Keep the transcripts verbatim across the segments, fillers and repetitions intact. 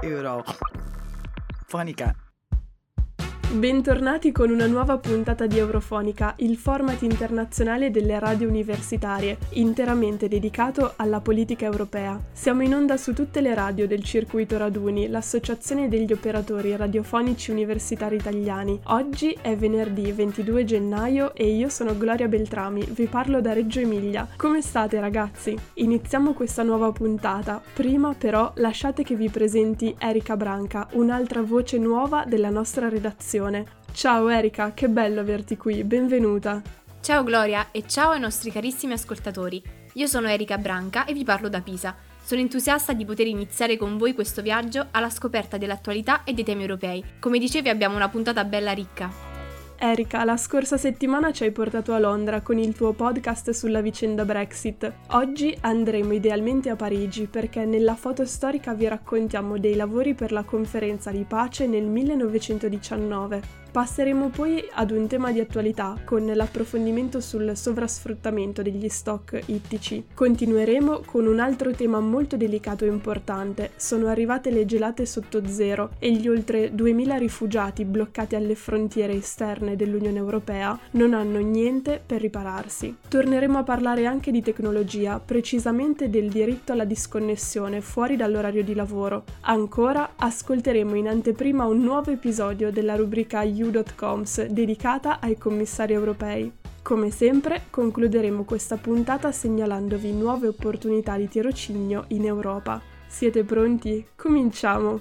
Eurofonica. Bentornati con una nuova puntata di Eurofonica, il format internazionale delle radio universitarie, interamente dedicato alla politica europea. Siamo in onda su tutte le radio del Circuito Raduni, l'associazione degli operatori radiofonici universitari italiani. Oggi è venerdì ventidue gennaio e io sono Gloria Beltrami, vi parlo da Reggio Emilia. Come state ragazzi? Iniziamo questa nuova puntata. Prima però lasciate che vi presenti Erika Branca, un'altra voce nuova della nostra redazione. Ciao Erika, che bello averti qui, benvenuta. Ciao Gloria e ciao ai nostri carissimi ascoltatori. Io sono Erika Branca e vi parlo da Pisa. Sono entusiasta di poter iniziare con voi questo viaggio alla scoperta dell'attualità e dei temi europei. Come dicevi, abbiamo una puntata bella ricca. Erika, la scorsa settimana ci hai portato a Londra con il tuo podcast sulla vicenda Brexit. Oggi andremo idealmente a Parigi perché nella foto storica vi raccontiamo dei lavori per la conferenza di pace nel millenovecentodiciannove. Passeremo poi ad un tema di attualità con l'approfondimento sul sovrasfruttamento degli stock ittici. Continueremo con un altro tema molto delicato e importante. Sono arrivate le gelate sotto zero e gli oltre duemila rifugiati bloccati alle frontiere esterne dell'Unione Europea non hanno niente per ripararsi. Torneremo a parlare anche di tecnologia, precisamente del diritto alla disconnessione fuori dall'orario di lavoro. Ancora ascolteremo in anteprima un nuovo episodio della rubrica You dot coms dedicata ai commissari europei. Come sempre, concluderemo questa puntata segnalandovi nuove opportunità di tirocinio in Europa. Siete pronti? Cominciamo!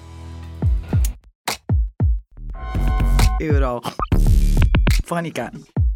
Eurofonica.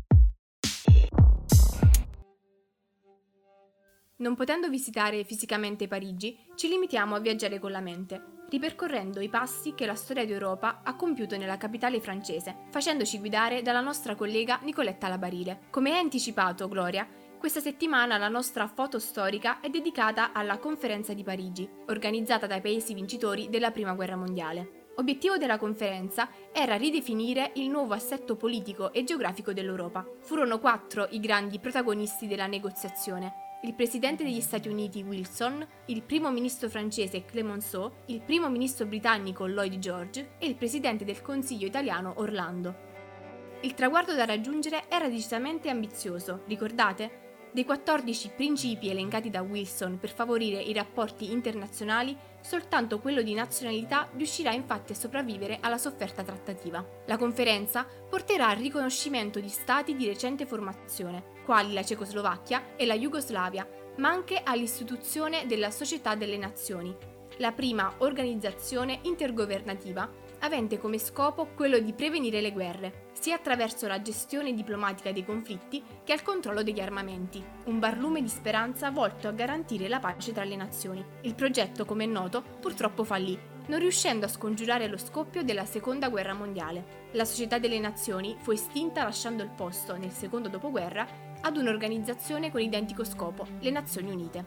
Non potendo visitare fisicamente Parigi, ci limitiamo a viaggiare con la mente, ripercorrendo i passi che la storia d'Europa ha compiuto nella capitale francese, facendoci guidare dalla nostra collega Nicoletta Labarile. Come hai anticipato, Gloria, questa settimana la nostra foto storica è dedicata alla Conferenza di Parigi, organizzata dai paesi vincitori della Prima Guerra Mondiale. Obiettivo della conferenza era ridefinire il nuovo assetto politico e geografico dell'Europa. Furono quattro i grandi protagonisti della negoziazione: il presidente degli Stati Uniti Wilson, il primo ministro francese Clemenceau, il primo ministro britannico Lloyd George e il presidente del Consiglio italiano Orlando. Il traguardo da raggiungere era decisamente ambizioso, ricordate? Dei quattordici principi elencati da Wilson per favorire i rapporti internazionali, soltanto quello di nazionalità riuscirà infatti a sopravvivere alla sofferta trattativa. La conferenza porterà al riconoscimento di stati di recente formazione, quali la Cecoslovacchia e la Jugoslavia, ma anche all'istituzione della Società delle Nazioni, la prima organizzazione intergovernativa avente come scopo quello di prevenire le guerre, sia attraverso la gestione diplomatica dei conflitti che al controllo degli armamenti, un barlume di speranza volto a garantire la pace tra le nazioni. Il progetto, come è noto, purtroppo fallì, non riuscendo a scongiurare lo scoppio della Seconda Guerra Mondiale. La Società delle Nazioni fu estinta lasciando il posto, nel secondo dopoguerra, ad un'organizzazione con identico scopo, le Nazioni Unite.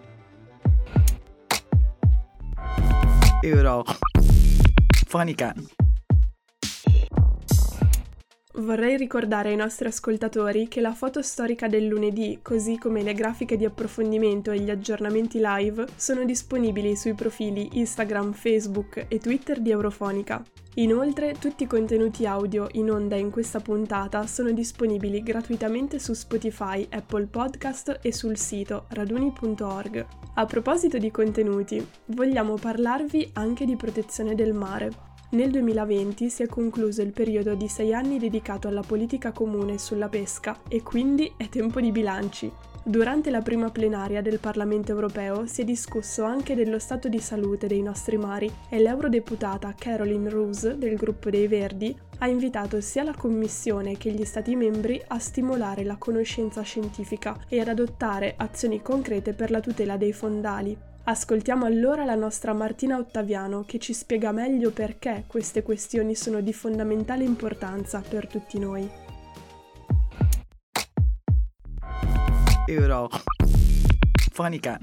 Eurofonica. Vorrei ricordare ai nostri ascoltatori che la foto storica del lunedì, così come le grafiche di approfondimento e gli aggiornamenti live, sono disponibili sui profili Instagram, Facebook e Twitter di Eurofonica. Inoltre, tutti i contenuti audio in onda in questa puntata sono disponibili gratuitamente su Spotify, Apple Podcast e sul sito raduni punto org. A proposito di contenuti, vogliamo parlarvi anche di protezione del mare. Nel duemilaventi si è concluso il periodo di sei anni dedicato alla politica comune sulla pesca e quindi è tempo di bilanci. Durante la prima plenaria del Parlamento europeo si è discusso anche dello stato di salute dei nostri mari e l'eurodeputata Caroline Roos del gruppo dei Verdi ha invitato sia la Commissione che gli Stati membri a stimolare la conoscenza scientifica e ad adottare azioni concrete per la tutela dei fondali. Ascoltiamo allora la nostra Martina Ottaviano che ci spiega meglio perché queste questioni sono di fondamentale importanza per tutti noi. Eurofonica.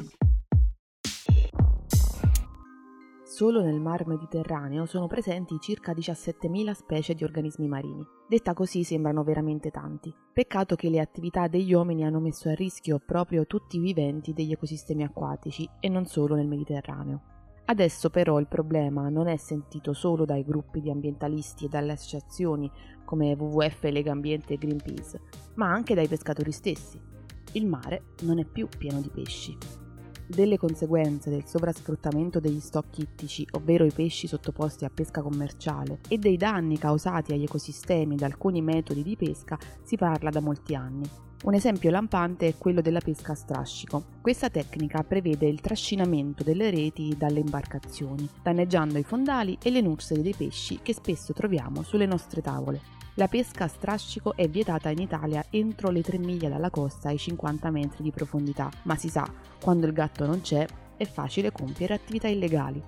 Solo nel Mar Mediterraneo sono presenti circa diciassettemila specie di organismi marini. Detta così sembrano veramente tanti. Peccato che le attività degli uomini hanno messo a rischio proprio tutti i viventi degli ecosistemi acquatici e non solo nel Mediterraneo. Adesso però il problema non è sentito solo dai gruppi di ambientalisti e dalle associazioni come W W F, Lega Ambiente e Greenpeace, ma anche dai pescatori stessi. Il mare non è più pieno di pesci. Delle conseguenze del sovrasfruttamento degli stock ittici, ovvero i pesci sottoposti a pesca commerciale, e dei danni causati agli ecosistemi da alcuni metodi di pesca si parla da molti anni. Un esempio lampante è quello della pesca a strascico. Questa tecnica prevede il trascinamento delle reti dalle imbarcazioni, danneggiando i fondali e le nuzzole dei pesci che spesso troviamo sulle nostre tavole. La pesca a strascico è vietata in Italia entro le tre miglia dalla costa ai cinquanta metri di profondità, ma si sa, quando il gatto non c'è, è facile compiere attività illegali.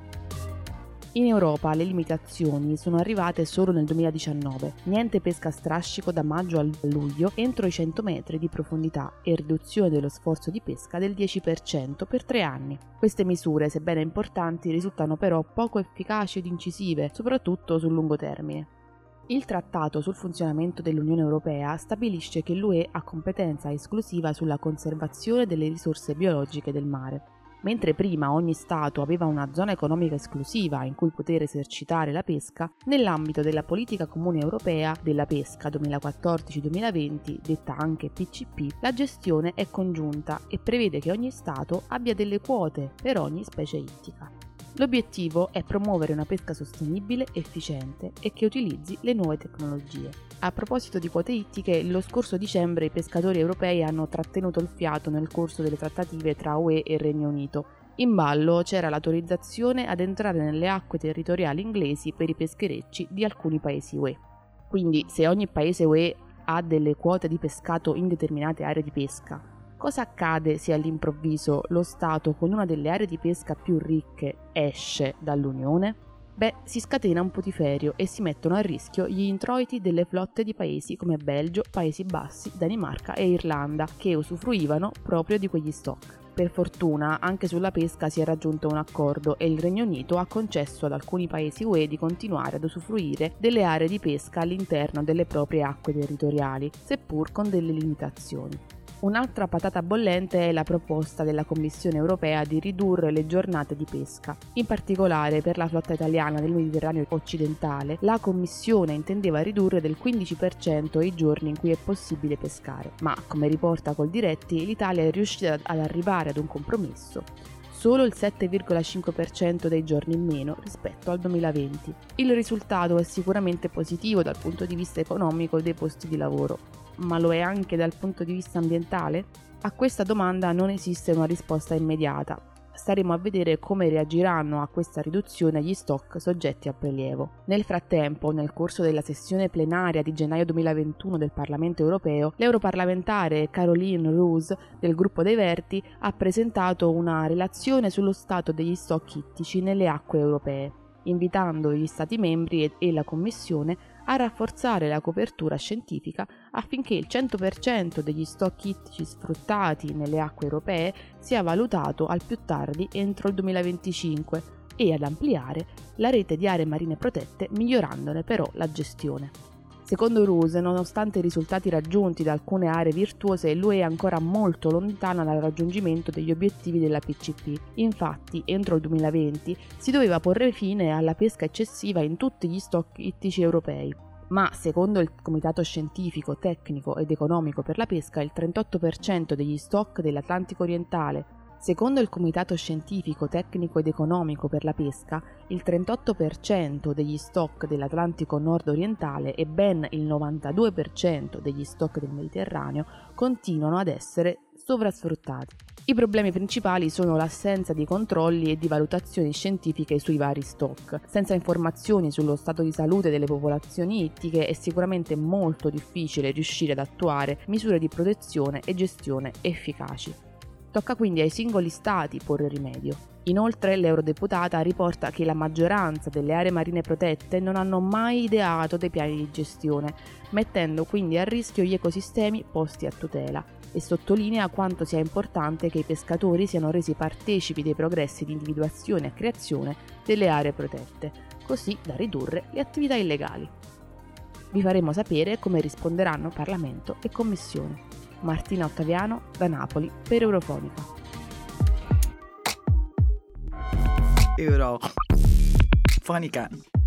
In Europa le limitazioni sono arrivate solo nel duemiladiciannove, niente pesca a strascico da maggio a luglio entro i cento metri di profondità e riduzione dello sforzo di pesca del dieci per cento per tre anni. Queste misure, sebbene importanti, risultano però poco efficaci ed incisive, soprattutto sul lungo termine. Il Trattato sul funzionamento dell'Unione Europea stabilisce che l'U E ha competenza esclusiva sulla conservazione delle risorse biologiche del mare. Mentre prima ogni Stato aveva una zona economica esclusiva in cui poter esercitare la pesca, nell'ambito della politica comune europea della pesca duemilaquattordici duemilaventi, detta anche P C P, la gestione è congiunta e prevede che ogni Stato abbia delle quote per ogni specie ittica. L'obiettivo è promuovere una pesca sostenibile, efficiente e che utilizzi le nuove tecnologie. A proposito di quote ittiche, lo scorso dicembre i pescatori europei hanno trattenuto il fiato nel corso delle trattative tra U E e Regno Unito. In ballo c'era l'autorizzazione ad entrare nelle acque territoriali inglesi per i pescherecci di alcuni paesi U E. Quindi, se ogni paese U E ha delle quote di pescato in determinate aree di pesca, cosa accade se all'improvviso lo Stato con una delle aree di pesca più ricche esce dall'Unione? Beh, si scatena un putiferio e si mettono a rischio gli introiti delle flotte di paesi come Belgio, Paesi Bassi, Danimarca e Irlanda, che usufruivano proprio di quegli stock. Per fortuna, anche sulla pesca si è raggiunto un accordo e il Regno Unito ha concesso ad alcuni paesi U E di continuare ad usufruire delle aree di pesca all'interno delle proprie acque territoriali, seppur con delle limitazioni. Un'altra patata bollente è la proposta della Commissione europea di ridurre le giornate di pesca. In particolare per la flotta italiana del Mediterraneo occidentale, la Commissione intendeva ridurre del quindici per cento i giorni in cui è possibile pescare, ma come riporta Coldiretti, l'Italia è riuscita ad arrivare ad un compromesso. Solo il sette virgola cinque per cento dei giorni in meno rispetto al duemilaventi. Il risultato è sicuramente positivo dal punto di vista economico e dei posti di lavoro, ma lo è anche dal punto di vista ambientale? A questa domanda non esiste una risposta immediata. Staremo a vedere come reagiranno a questa riduzione gli stock soggetti a prelievo. Nel frattempo, nel corso della sessione plenaria di gennaio duemilaventuno del Parlamento europeo, l'europarlamentare Caroline Roos del gruppo dei Verdi ha presentato una relazione sullo stato degli stock ittici nelle acque europee, invitando gli Stati membri e, e la Commissione a rafforzare la copertura scientifica affinché il cento per cento degli stock ittici sfruttati nelle acque europee sia valutato al più tardi entro il duemilaventicinque e ad ampliare la rete di aree marine protette, migliorandone però la gestione. Secondo Roos, nonostante i risultati raggiunti da alcune aree virtuose, l'U E è ancora molto lontana dal raggiungimento degli obiettivi della P C P. Infatti, entro il duemilaventi si doveva porre fine alla pesca eccessiva in tutti gli stock ittici europei. Ma, secondo il Comitato Scientifico, Tecnico ed Economico per la Pesca, il trentotto per cento degli stock dell'Atlantico orientale, Secondo il Comitato Scientifico, Tecnico ed Economico per la Pesca, il trentotto per cento degli stock dell'Atlantico nord-orientale e ben il novantadue per cento degli stock del Mediterraneo continuano ad essere sovrasfruttati. I problemi principali sono l'assenza di controlli e di valutazioni scientifiche sui vari stock. Senza informazioni sullo stato di salute delle popolazioni ittiche è sicuramente molto difficile riuscire ad attuare misure di protezione e gestione efficaci. Tocca quindi ai singoli stati porre rimedio. Inoltre l'eurodeputata riporta che la maggioranza delle aree marine protette non hanno mai ideato dei piani di gestione, mettendo quindi a rischio gli ecosistemi posti a tutela, e sottolinea quanto sia importante che i pescatori siano resi partecipi dei progressi di individuazione e creazione delle aree protette, così da ridurre le attività illegali. Vi faremo sapere come risponderanno Parlamento e Commissione. Martina Ottaviano da Napoli per Eurofonica. Euro Fonica.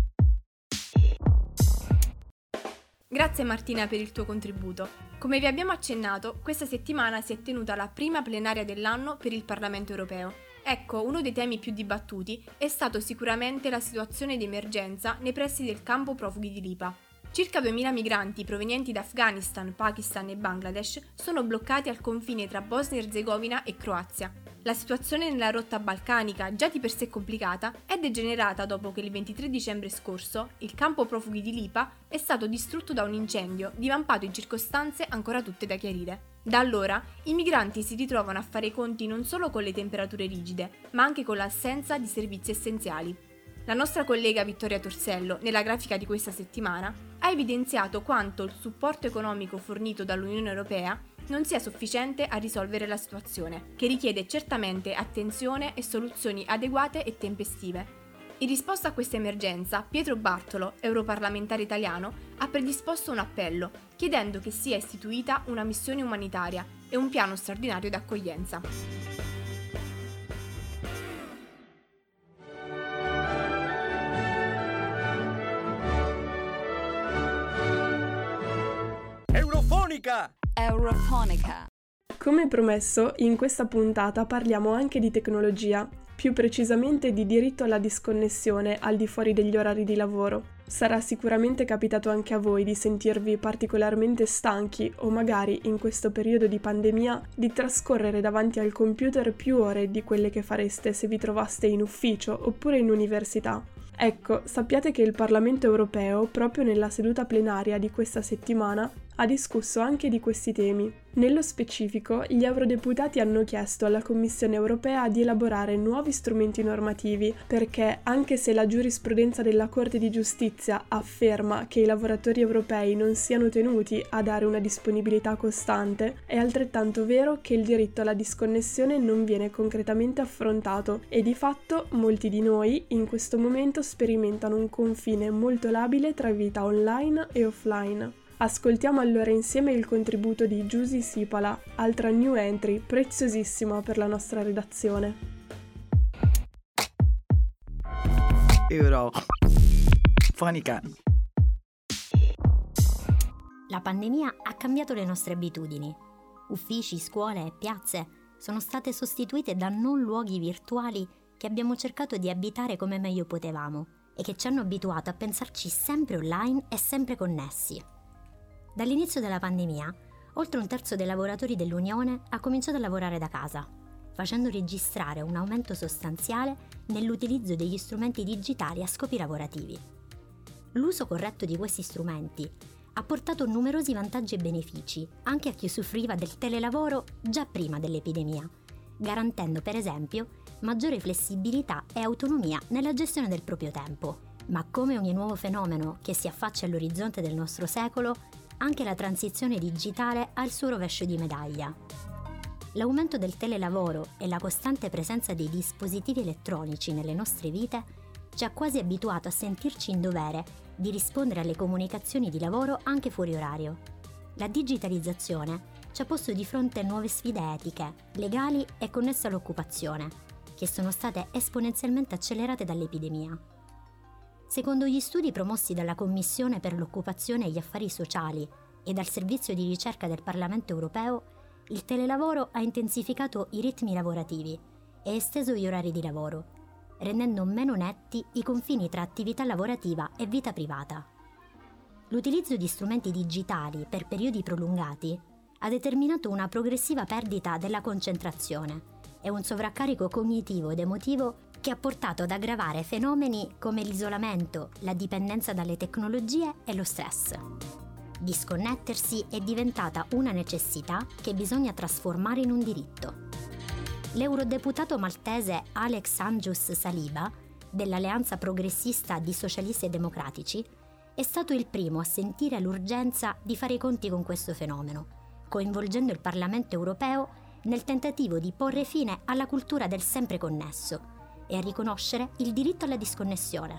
Grazie Martina per il tuo contributo. Come vi abbiamo accennato, questa settimana si è tenuta la prima plenaria dell'anno per il Parlamento europeo. Ecco, uno dei temi più dibattuti è stato sicuramente la situazione di emergenza nei pressi del campo profughi di Lipa. Circa duemila migranti provenienti da Afghanistan, Pakistan e Bangladesh sono bloccati al confine tra Bosnia e Erzegovina e Croazia. La situazione nella rotta balcanica, già di per sé complicata, è degenerata dopo che il ventitré dicembre scorso il campo profughi di Lipa è stato distrutto da un incendio divampato in circostanze ancora tutte da chiarire. Da allora i migranti si ritrovano a fare i conti non solo con le temperature rigide, ma anche con l'assenza di servizi essenziali. La nostra collega Vittoria Torsello, nella grafica di questa settimana, ha evidenziato quanto il supporto economico fornito dall'Unione Europea non sia sufficiente a risolvere la situazione, che richiede certamente attenzione e soluzioni adeguate e tempestive. In risposta a questa emergenza, Pietro Bartolo, europarlamentare italiano, ha predisposto un appello, chiedendo che sia istituita una missione umanitaria e un piano straordinario d'accoglienza. Eurofonica! Eurofonica. Come promesso, in questa puntata parliamo anche di tecnologia, più precisamente di diritto alla disconnessione al di fuori degli orari di lavoro. Sarà sicuramente capitato anche a voi di sentirvi particolarmente stanchi o magari in questo periodo di pandemia di trascorrere davanti al computer più ore di quelle che fareste se vi trovaste in ufficio oppure in università. Ecco, sappiate che il Parlamento europeo, proprio nella seduta plenaria di questa settimana, ha discusso anche di questi temi. Nello specifico, gli eurodeputati hanno chiesto alla Commissione europea di elaborare nuovi strumenti normativi perché, anche se la giurisprudenza della Corte di Giustizia afferma che i lavoratori europei non siano tenuti a dare una disponibilità costante, è altrettanto vero che il diritto alla disconnessione non viene concretamente affrontato e di fatto molti di noi in questo momento sperimentano un confine molto labile tra vita online e offline. Ascoltiamo allora insieme il contributo di Giusy Sipala, altra new entry preziosissima per la nostra redazione. Eurofonica. La pandemia ha cambiato le nostre abitudini. Uffici, scuole e piazze sono state sostituite da non luoghi virtuali che abbiamo cercato di abitare come meglio potevamo e che ci hanno abituato a pensarci sempre online e sempre connessi. Dall'inizio della pandemia, oltre un terzo dei lavoratori dell'Unione ha cominciato a lavorare da casa, facendo registrare un aumento sostanziale nell'utilizzo degli strumenti digitali a scopi lavorativi. L'uso corretto di questi strumenti ha portato numerosi vantaggi e benefici anche a chi soffriva del telelavoro già prima dell'epidemia, garantendo per esempio maggiore flessibilità e autonomia nella gestione del proprio tempo. Ma come ogni nuovo fenomeno che si affaccia all'orizzonte del nostro secolo, anche la transizione digitale ha il suo rovescio di medaglia. L'aumento del telelavoro e la costante presenza dei dispositivi elettronici nelle nostre vite ci ha quasi abituato a sentirci in dovere di rispondere alle comunicazioni di lavoro anche fuori orario. La digitalizzazione ci ha posto di fronte a nuove sfide etiche, legali e connesse all'occupazione, che sono state esponenzialmente accelerate dall'epidemia. Secondo gli studi promossi dalla Commissione per l'occupazione e gli affari sociali e dal Servizio di ricerca del Parlamento europeo, il telelavoro ha intensificato i ritmi lavorativi e esteso gli orari di lavoro, rendendo meno netti i confini tra attività lavorativa e vita privata. L'utilizzo di strumenti digitali per periodi prolungati ha determinato una progressiva perdita della concentrazione e un sovraccarico cognitivo ed emotivo che ha portato ad aggravare fenomeni come l'isolamento, la dipendenza dalle tecnologie e lo stress. Disconnettersi è diventata una necessità che bisogna trasformare in un diritto. L'eurodeputato maltese Alex Angius Saliba, dell'Alleanza Progressista di Socialisti e Democratici, è stato il primo a sentire l'urgenza di fare i conti con questo fenomeno, coinvolgendo il Parlamento europeo nel tentativo di porre fine alla cultura del sempre connesso e a riconoscere il diritto alla disconnessione.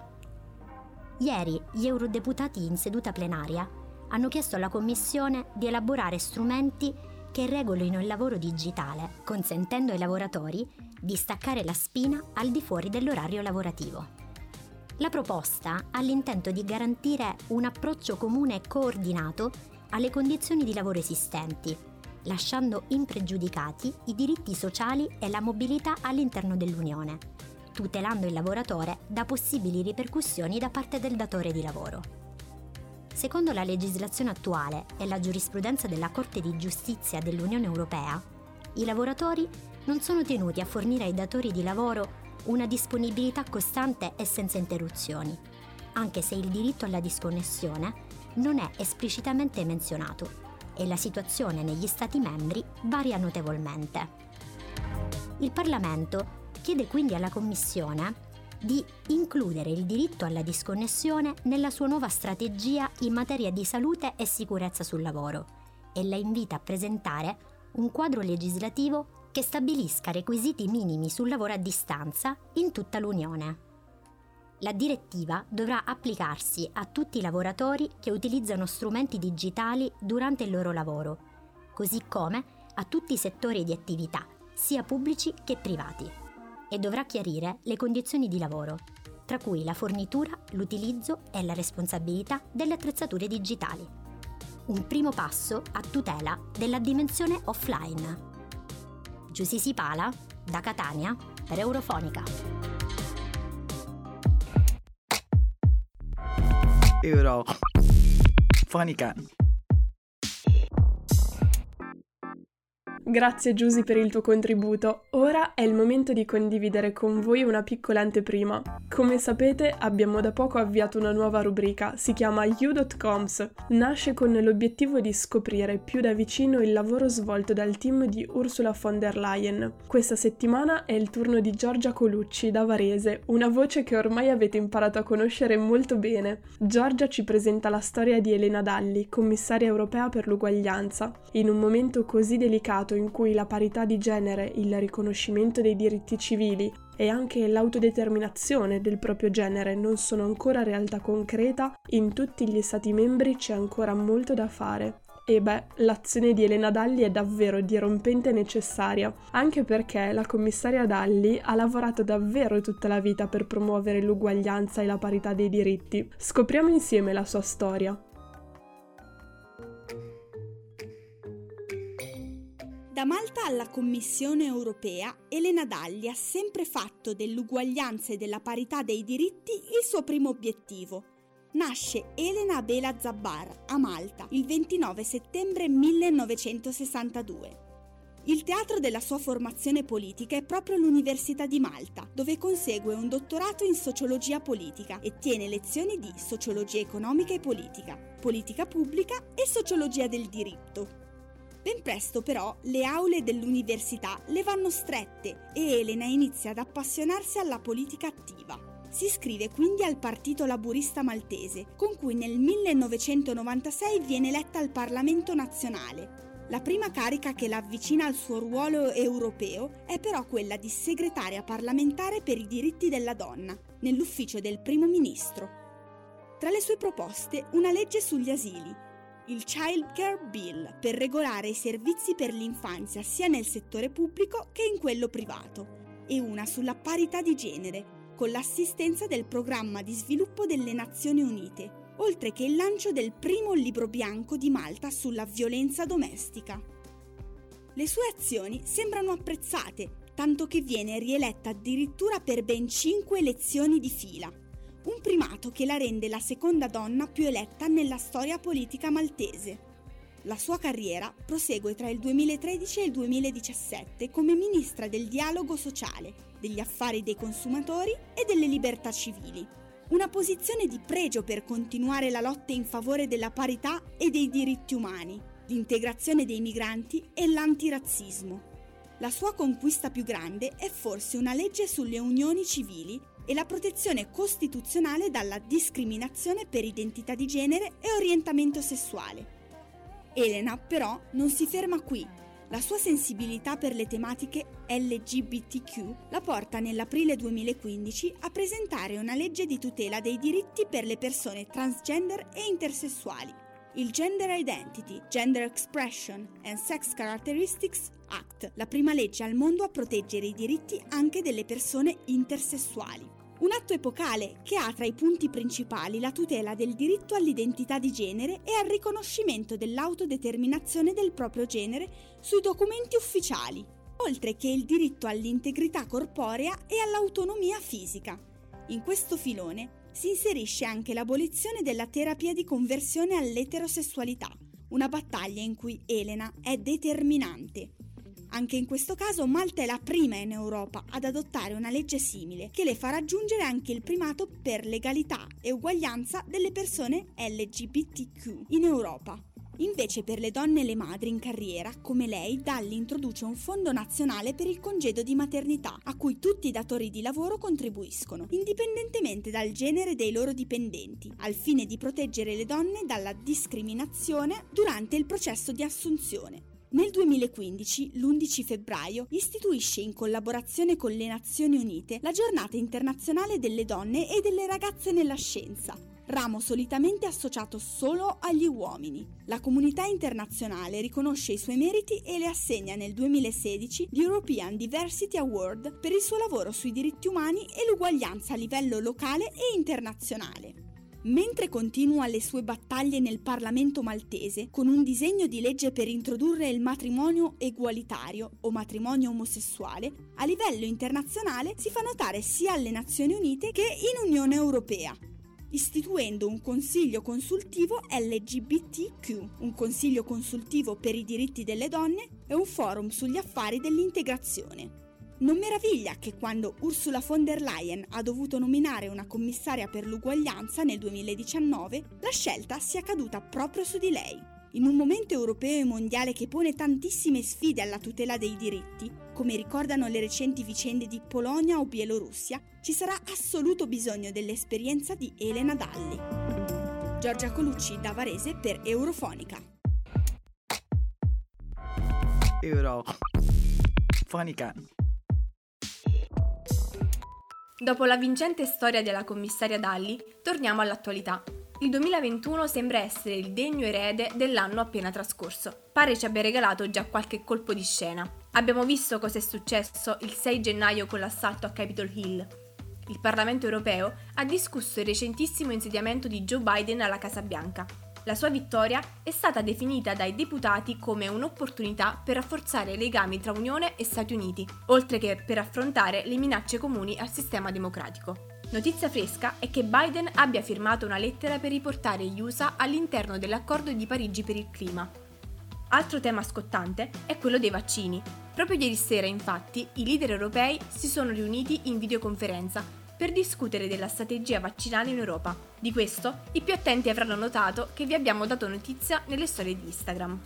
Ieri gli eurodeputati in seduta plenaria hanno chiesto alla Commissione di elaborare strumenti che regolino il lavoro digitale, consentendo ai lavoratori di staccare la spina al di fuori dell'orario lavorativo. La proposta ha l'intento di garantire un approccio comune e coordinato alle condizioni di lavoro esistenti, lasciando impregiudicati i diritti sociali e la mobilità all'interno dell'Unione, tutelando il lavoratore da possibili ripercussioni da parte del datore di lavoro. Secondo la legislazione attuale e la giurisprudenza della Corte di Giustizia dell'Unione Europea, i lavoratori non sono tenuti a fornire ai datori di lavoro una disponibilità costante e senza interruzioni, anche se il diritto alla disconnessione non è esplicitamente menzionato e la situazione negli Stati membri varia notevolmente. Il Parlamento chiede quindi alla Commissione di includere il diritto alla disconnessione nella sua nuova strategia in materia di salute e sicurezza sul lavoro e la invita a presentare un quadro legislativo che stabilisca requisiti minimi sul lavoro a distanza in tutta l'Unione. La direttiva dovrà applicarsi a tutti i lavoratori che utilizzano strumenti digitali durante il loro lavoro, così come a tutti i settori di attività, sia pubblici che privati, e dovrà chiarire le condizioni di lavoro, tra cui la fornitura, l'utilizzo e la responsabilità delle attrezzature digitali. Un primo passo a tutela della dimensione offline. Giusy Sipala, da Catania, per Eurofonica. Eurofonica. Grazie Giusy per il tuo contributo. Ora è il momento di condividere con voi una piccola anteprima. Come sapete abbiamo da poco avviato una nuova rubrica, si chiama You dot coms. Nasce con l'obiettivo di scoprire più da vicino il lavoro svolto dal team di Ursula von der Leyen. Questa settimana è il turno di Giorgia Colucci da Varese, una voce che ormai avete imparato a conoscere molto bene. Giorgia ci presenta la storia di Elena Dalli, commissaria europea per l'uguaglianza. In un momento così delicato in cui la parità di genere, il riconoscimento dei diritti civili e anche l'autodeterminazione del proprio genere non sono ancora realtà concreta, in tutti gli Stati membri c'è ancora molto da fare. E beh, l'azione di Elena Dalli è davvero dirompente e necessaria, anche perché la commissaria Dalli ha lavorato davvero tutta la vita per promuovere l'uguaglianza e la parità dei diritti. Scopriamo insieme la sua storia. Da Malta alla Commissione europea, Elena Dalli ha sempre fatto dell'uguaglianza e della parità dei diritti il suo primo obiettivo. Nasce Elena Bela Zabbar a Malta il ventinove settembre millenovecentosessantadue. Il teatro della sua formazione politica è proprio l'Università di Malta, dove consegue un dottorato in sociologia politica e tiene lezioni di sociologia economica e politica, politica pubblica e sociologia del diritto. Ben presto però le aule dell'università le vanno strette e Elena inizia ad appassionarsi alla politica attiva. Si iscrive quindi al Partito Laburista Maltese, con cui nel millenovecentonovantasei viene eletta al Parlamento nazionale. La prima carica che la avvicina al suo ruolo europeo è però quella di segretaria parlamentare per i diritti della donna, nell'ufficio del primo ministro. Tra le sue proposte, una legge sugli asili, il Child Care Bill, per regolare i servizi per l'infanzia sia nel settore pubblico che in quello privato, e una sulla parità di genere, con l'assistenza del Programma di Sviluppo delle Nazioni Unite, oltre che il lancio del primo libro bianco di Malta sulla violenza domestica. Le sue azioni sembrano apprezzate, tanto che viene rieletta addirittura per ben cinque elezioni di fila. Un primato che la rende la seconda donna più eletta nella storia politica maltese. La sua carriera prosegue tra il duemilatredici e il duemiladiciassette come ministra del dialogo sociale, degli affari dei consumatori e delle libertà civili. Una posizione di pregio per continuare la lotta in favore della parità e dei diritti umani, l'integrazione dei migranti e l'antirazzismo. La sua conquista più grande è forse una legge sulle unioni civili e la protezione costituzionale dalla discriminazione per identità di genere e orientamento sessuale. Elena, però, non si ferma qui. La sua sensibilità per le tematiche L G B T Q la porta nell'aprile duemilaquindici a presentare una legge di tutela dei diritti per le persone transgender e intersessuali. il Gender Identity, Gender Expression and Sex Characteristics Act, la prima legge al mondo a proteggere i diritti anche delle persone intersessuali. Un atto epocale che ha tra i punti principali la tutela del diritto all'identità di genere e al riconoscimento dell'autodeterminazione del proprio genere sui documenti ufficiali, oltre che il diritto all'integrità corporea e all'autonomia fisica. In questo filone si inserisce anche l'abolizione della terapia di conversione all'eterosessualità, una battaglia in cui Elena è determinante. Anche in questo caso Malta è la prima in Europa ad adottare una legge simile, che le fa raggiungere anche il primato per legalità e uguaglianza delle persone L G B T Q in Europa. Invece per le donne e le madri in carriera, come lei, Dalli introduce un fondo nazionale per il congedo di maternità, a cui tutti i datori di lavoro contribuiscono, indipendentemente dal genere dei loro dipendenti, al fine di proteggere le donne dalla discriminazione durante il processo di assunzione. Nel duemilaquindici, l'undici febbraio, istituisce in collaborazione con le Nazioni Unite la Giornata Internazionale delle Donne e delle Ragazze nella Scienza, ramo solitamente associato solo agli uomini. La comunità internazionale riconosce i suoi meriti e le assegna nel duemilasedici l'European Diversity Award per il suo lavoro sui diritti umani e l'uguaglianza a livello locale e internazionale. Mentre continua le sue battaglie nel Parlamento maltese con un disegno di legge per introdurre il matrimonio egualitario o matrimonio omosessuale, a livello internazionale si fa notare sia alle Nazioni Unite che in Unione Europea, istituendo un consiglio consultivo L G B T Q, un consiglio consultivo per i diritti delle donne e un forum sugli affari dell'integrazione. Non meraviglia che quando Ursula von der Leyen ha dovuto nominare una commissaria per l'uguaglianza nel duemiladiciannove, la scelta sia caduta proprio su di lei. In un momento europeo e mondiale che pone tantissime sfide alla tutela dei diritti, come ricordano le recenti vicende di Polonia o Bielorussia, ci sarà assoluto bisogno dell'esperienza di Elena Dalli. Giorgia Colucci da Varese per Eurofonica. Eurofonica. Dopo la vincente storia della commissaria Dalli, torniamo all'attualità. Il duemilaventuno sembra essere il degno erede dell'anno appena trascorso. Pare ci abbia regalato già qualche colpo di scena. Abbiamo visto cosa è successo il sei gennaio con l'assalto a Capitol Hill. Il Parlamento europeo ha discusso il recentissimo insediamento di Joe Biden alla Casa Bianca. La sua vittoria è stata definita dai deputati come un'opportunità per rafforzare i legami tra Unione e Stati Uniti, oltre che per affrontare le minacce comuni al sistema democratico. Notizia fresca è che Biden abbia firmato una lettera per riportare gli U S A all'interno dell'accordo di Parigi per il clima. Altro tema scottante è quello dei vaccini. Proprio ieri sera, infatti, i leader europei si sono riuniti in videoconferenza per discutere della strategia vaccinale in Europa. Di questo, i più attenti avranno notato che vi abbiamo dato notizia nelle storie di Instagram.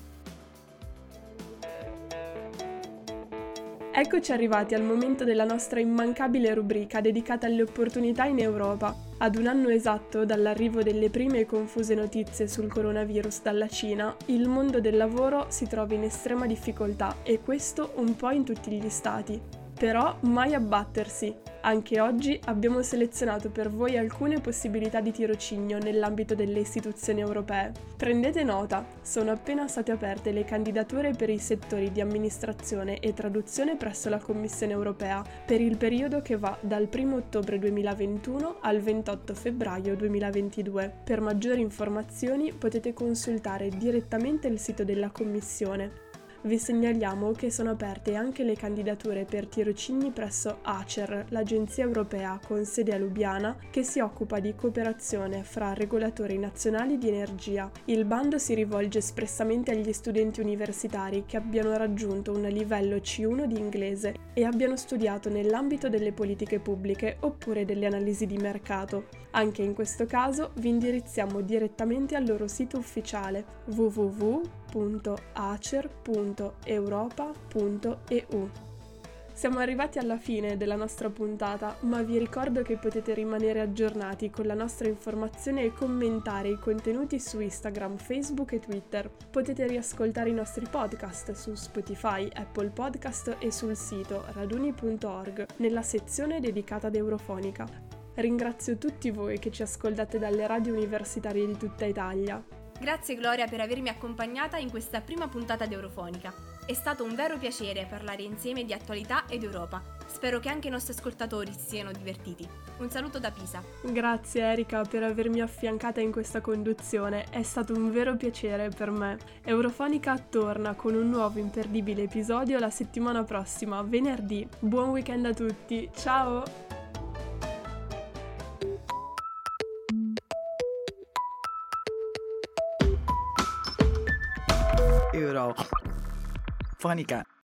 Eccoci arrivati al momento della nostra immancabile rubrica dedicata alle opportunità in Europa. Ad un anno esatto dall'arrivo delle prime confuse notizie sul coronavirus dalla Cina, il mondo del lavoro si trova in estrema difficoltà e questo un po' in tutti gli stati. Però mai abbattersi. Anche oggi abbiamo selezionato per voi alcune possibilità di tirocinio nell'ambito delle istituzioni europee. Prendete nota, sono appena state aperte le candidature per i settori di amministrazione e traduzione presso la Commissione europea per il periodo che va dal primo ottobre duemilaventuno al ventotto febbraio duemilaventidue. Per maggiori informazioni potete consultare direttamente il sito della Commissione. Vi segnaliamo che sono aperte anche le candidature per tirocini presso ACER, l'agenzia europea con sede a Lubiana, che si occupa di cooperazione fra regolatori nazionali di energia. Il bando si rivolge espressamente agli studenti universitari che abbiano raggiunto un livello C uno di inglese e abbiano studiato nell'ambito delle politiche pubbliche oppure delle analisi di mercato. Anche in questo caso vi indirizziamo direttamente al loro sito ufficiale w w w punto acer punto europa punto e u. Siamo arrivati alla fine della nostra puntata, ma vi ricordo che potete rimanere aggiornati con la nostra informazione e commentare i contenuti su Instagram, Facebook e Twitter. Potete riascoltare i nostri podcast su Spotify, Apple Podcast e sul sito raduni punto org nella sezione dedicata ad Eurofonica. Ringrazio tutti voi che ci ascoltate dalle radio universitarie di tutta Italia. Grazie Gloria per avermi accompagnata in questa prima puntata di Eurofonica. È stato un vero piacere parlare insieme di attualità ed Europa. Spero che anche i nostri ascoltatori si siano divertiti. Un saluto da Pisa. Grazie Erika per avermi affiancata in questa conduzione, è stato un vero piacere per me. Eurofonica torna con un nuovo imperdibile episodio la settimana prossima, venerdì. Buon weekend a tutti, ciao! Eurofonica.